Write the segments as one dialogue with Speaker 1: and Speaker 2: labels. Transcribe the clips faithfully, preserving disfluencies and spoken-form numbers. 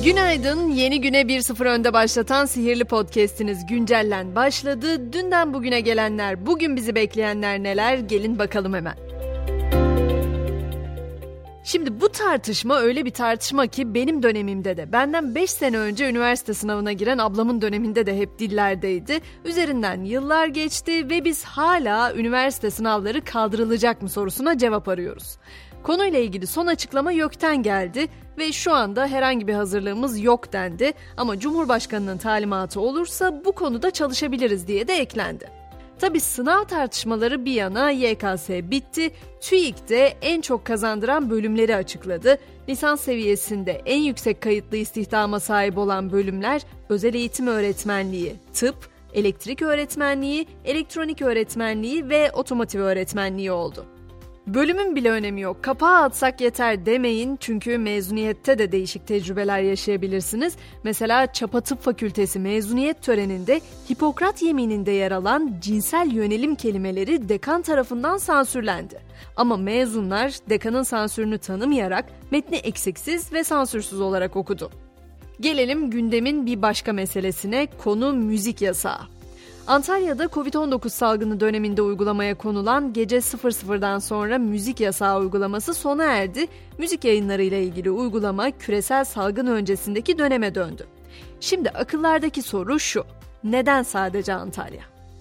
Speaker 1: Günaydın, yeni güne bir sıfır önde başlatan sihirli podcast'iniz Güncellen başladı. Dünden bugüne gelenler, bugün bizi bekleyenler neler? Gelin bakalım hemen. Şimdi bu tartışma öyle bir tartışma ki benim dönemimde de, benden beş sene önce üniversite sınavına giren ablamın döneminde de hep dillerdeydi. Üzerinden yıllar geçti ve biz hala üniversite sınavları kaldırılacak mı sorusuna cevap arıyoruz. Konuyla ilgili son açıklama YÖK'ten geldi ve şu anda herhangi bir hazırlığımız yok dendi. Ama Cumhurbaşkanı'nın talimatı olursa bu konuda çalışabiliriz diye de eklendi. Tabii sınav tartışmaları bir yana Y K S bitti, TÜİK de en çok kazandıran bölümleri açıkladı. Lisans seviyesinde en yüksek kayıtlı istihdama sahip olan bölümler özel eğitim öğretmenliği, tıp, elektrik öğretmenliği, elektronik öğretmenliği ve otomotiv öğretmenliği oldu. Bölümün bile önemi yok, kapağı atsak yeter demeyin çünkü mezuniyette de değişik tecrübeler yaşayabilirsiniz. Mesela Çapa Tıp Fakültesi mezuniyet töreninde Hipokrat yemininde yer alan cinsel yönelim kelimeleri dekan tarafından sansürlendi. Ama mezunlar dekanın sansürünü tanımayarak metni eksiksiz ve sansürsüz olarak okudu. Gelelim gündemin bir başka meselesine, konu müzik yasağı. Antalya'da kovid on dokuz salgını döneminde uygulamaya konulan gece sıfır sıfırdan sonra müzik yasağı uygulaması sona erdi. Müzik yayınları ile ilgili uygulama küresel salgın öncesindeki döneme döndü. Şimdi akıllardaki soru şu: neden sadece Antalya?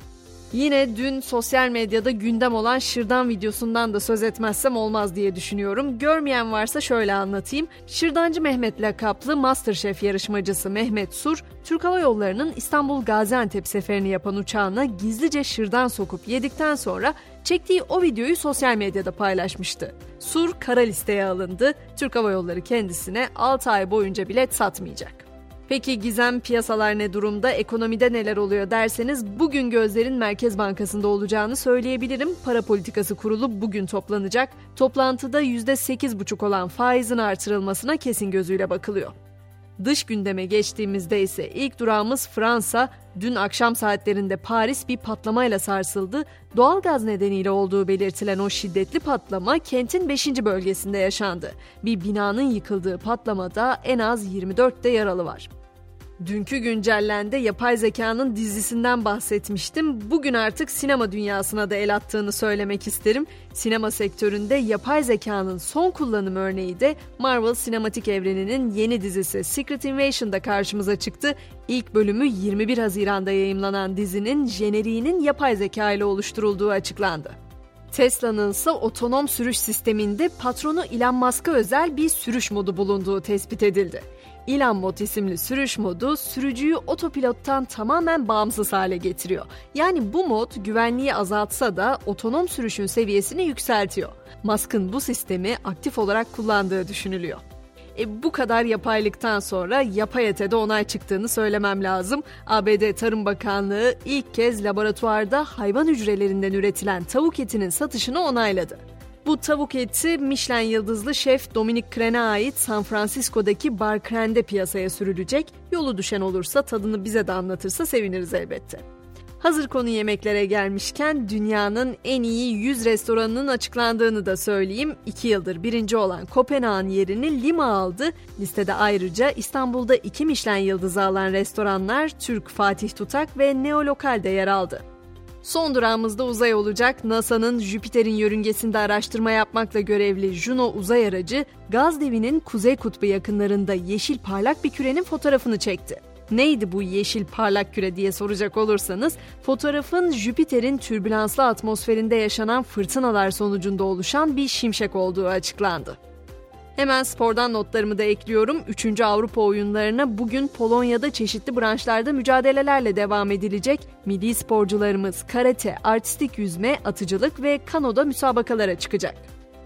Speaker 1: Yine dün sosyal medyada gündem olan şırdan videosundan da söz etmezsem olmaz diye düşünüyorum. Görmeyen varsa şöyle anlatayım. Şırdancı Mehmet lakaplı MasterChef yarışmacısı Mehmet Sur, Türk Hava Yolları'nın İstanbul Gaziantep seferini yapan uçağına gizlice şırdan sokup yedikten sonra çektiği o videoyu sosyal medyada paylaşmıştı. Sur kara listeye alındı. Türk Hava Yolları kendisine altı ay boyunca bilet satmayacak. Peki gizem, piyasalar ne durumda, ekonomide neler oluyor derseniz bugün gözlerin Merkez Bankası'nda olacağını söyleyebilirim. Para Politikası Kurulu bugün toplanacak. Toplantıda yüzde sekiz buçuk olan faizin artırılmasına kesin gözüyle bakılıyor. Dış gündeme geçtiğimizde ise ilk durağımız Fransa. Dün akşam saatlerinde Paris bir patlamayla sarsıldı. Doğalgaz nedeniyle olduğu belirtilen o şiddetli patlama kentin beşinci bölgesinde yaşandı. Bir binanın yıkıldığı patlamada en az yirmi dört de yaralı var. Dünkü Güncellen'de yapay zekanın dizisinden bahsetmiştim. Bugün artık sinema dünyasına da el attığını söylemek isterim. Sinema sektöründe yapay zekanın son kullanım örneği de Marvel Sinematik Evreni'nin yeni dizisi Secret Invasion'da karşımıza çıktı. İlk bölümü yirmi bir Haziran'da yayımlanan dizinin jeneriğinin yapay zeka ile oluşturulduğu açıklandı. Tesla'nın ise otonom sürüş sisteminde patronu Elon Musk'a özel bir sürüş modu bulunduğu tespit edildi. Elon Mod isimli sürüş modu sürücüyü otopilottan tamamen bağımsız hale getiriyor. Yani bu mod güvenliği azaltsa da otonom sürüşün seviyesini yükseltiyor. Musk'ın bu sistemi aktif olarak kullandığı düşünülüyor. E bu kadar yapaylıktan sonra yapay ete de onay çıktığını söylemem lazım. A B D Tarım Bakanlığı ilk kez laboratuvarda hayvan hücrelerinden üretilen tavuk etinin satışını onayladı. Bu tavuk eti Michelin yıldızlı şef Dominic Cren'e ait San Francisco'daki Bar Cren'de piyasaya sürülecek. Yolu düşen olursa tadını bize de anlatırsa seviniriz elbette. Hazır konu yemeklere gelmişken dünyanın en iyi yüz restoranının açıklandığını da söyleyeyim. iki yıldır birinci olan Kopenhag'ın yerini Lima aldı. Listede ayrıca İstanbul'da iki Michelin yıldızı alan restoranlar Türk, Fatih Tutak ve Neolokal'de yer aldı. Son durağımızda uzay olacak. NASA'nın Jüpiter'in yörüngesinde araştırma yapmakla görevli Juno uzay aracı, gaz devinin kuzey kutbu yakınlarında yeşil parlak bir kürenin fotoğrafını çekti. Neydi bu yeşil parlak küre diye soracak olursanız, fotoğrafın Jüpiter'in türbülanslı atmosferinde yaşanan fırtınalar sonucunda oluşan bir şimşek olduğu açıklandı. Hemen spordan notlarımı da ekliyorum. üçüncü Avrupa oyunlarına bugün Polonya'da çeşitli branşlarda mücadelelerle devam edilecek. Milli sporcularımız karate, artistik yüzme, atıcılık ve kanoda müsabakalara çıkacak.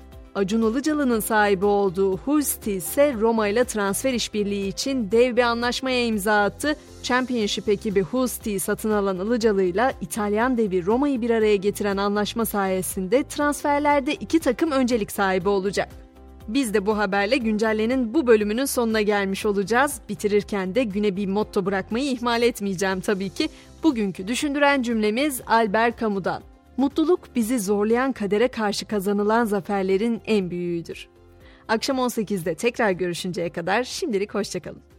Speaker 1: Acun Ilıcalı'nın sahibi olduğu Hull City ise Roma ile transfer işbirliği için dev bir anlaşmaya imza attı. Championship ekibi Hull City'yi satın alan Ilıcalı ile İtalyan devi Roma'yı bir araya getiren anlaşma sayesinde transferlerde iki takım öncelik sahibi olacak. Biz de bu haberle Güncellen'in bu bölümünün sonuna gelmiş olacağız. Bitirirken de güne bir motto bırakmayı ihmal etmeyeceğim tabii ki. Bugünkü düşündüren cümlemiz Albert Camus'dan. Mutluluk bizi zorlayan kadere karşı kazanılan zaferlerin en büyüğüdür. Akşam on sekizde tekrar görüşünceye kadar şimdilik hoşça kalın.